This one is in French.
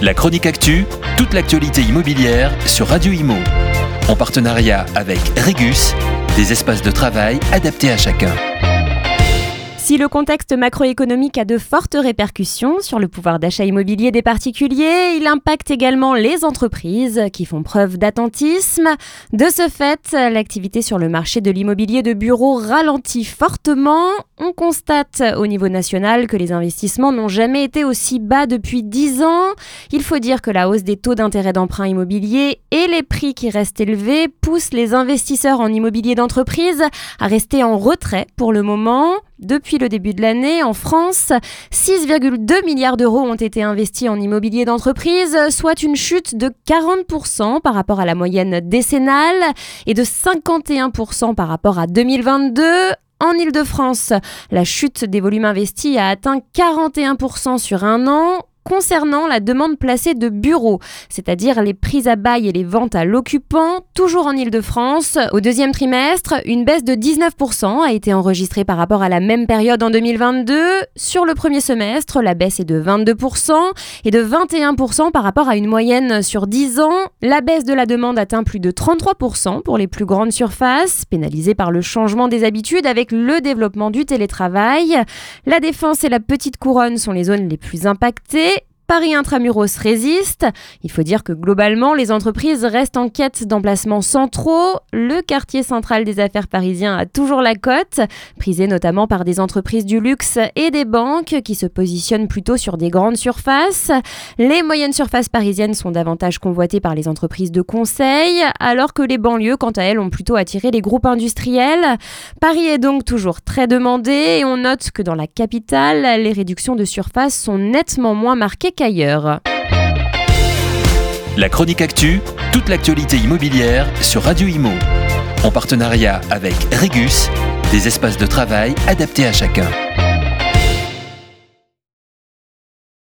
La chronique actu, toute l'actualité immobilière sur Radio Imo. En partenariat avec Regus, des espaces de travail adaptés à chacun. Si le contexte macroéconomique a de fortes répercussions sur le pouvoir d'achat immobilier des particuliers, il impacte également les entreprises qui font preuve d'attentisme. De ce fait, l'activité sur le marché de l'immobilier de bureau ralentit fortement. On constate au niveau national que les investissements n'ont jamais été aussi bas depuis 10 ans. Il faut dire que la hausse des taux d'intérêt d'emprunt immobilier et les prix qui restent élevés poussent les investisseurs en immobilier d'entreprise à rester en retrait pour le moment. Depuis le début de l'année, en France, 6,2 milliards d'euros ont été investis en immobilier d'entreprise, soit une chute de 40% par rapport à la moyenne décennale et de 51% par rapport à 2022. En Île-de-France, la chute des volumes investis a atteint 41% sur un an. Concernant la demande placée de bureaux, c'est-à-dire les prises à bail et les ventes à l'occupant, toujours en Île-de-France, au deuxième trimestre, une baisse de 19% a été enregistrée par rapport à la même période en 2022. Sur le premier semestre, la baisse est de 22% et de 21% par rapport à une moyenne sur 10 ans. La baisse de la demande atteint plus de 33% pour les plus grandes surfaces, pénalisées par le changement des habitudes avec le développement du télétravail. La Défense et la Petite Couronne sont les zones les plus impactées. Paris Intramuros résiste. Il faut dire que globalement, les entreprises restent en quête d'emplacements centraux. Le quartier central des affaires parisien a toujours la cote, prisé notamment par des entreprises du luxe et des banques qui se positionnent plutôt sur des grandes surfaces. Les moyennes surfaces parisiennes sont davantage convoitées par les entreprises de conseil, alors que les banlieues, quant à elles, ont plutôt attiré les groupes industriels. Paris est donc toujours très demandé et on note que dans la capitale, les réductions de surface sont nettement moins marquées qu'ailleurs. La chronique actu, toute l'actualité immobilière sur Radio Imo. En partenariat avec Regus, des espaces de travail adaptés à chacun.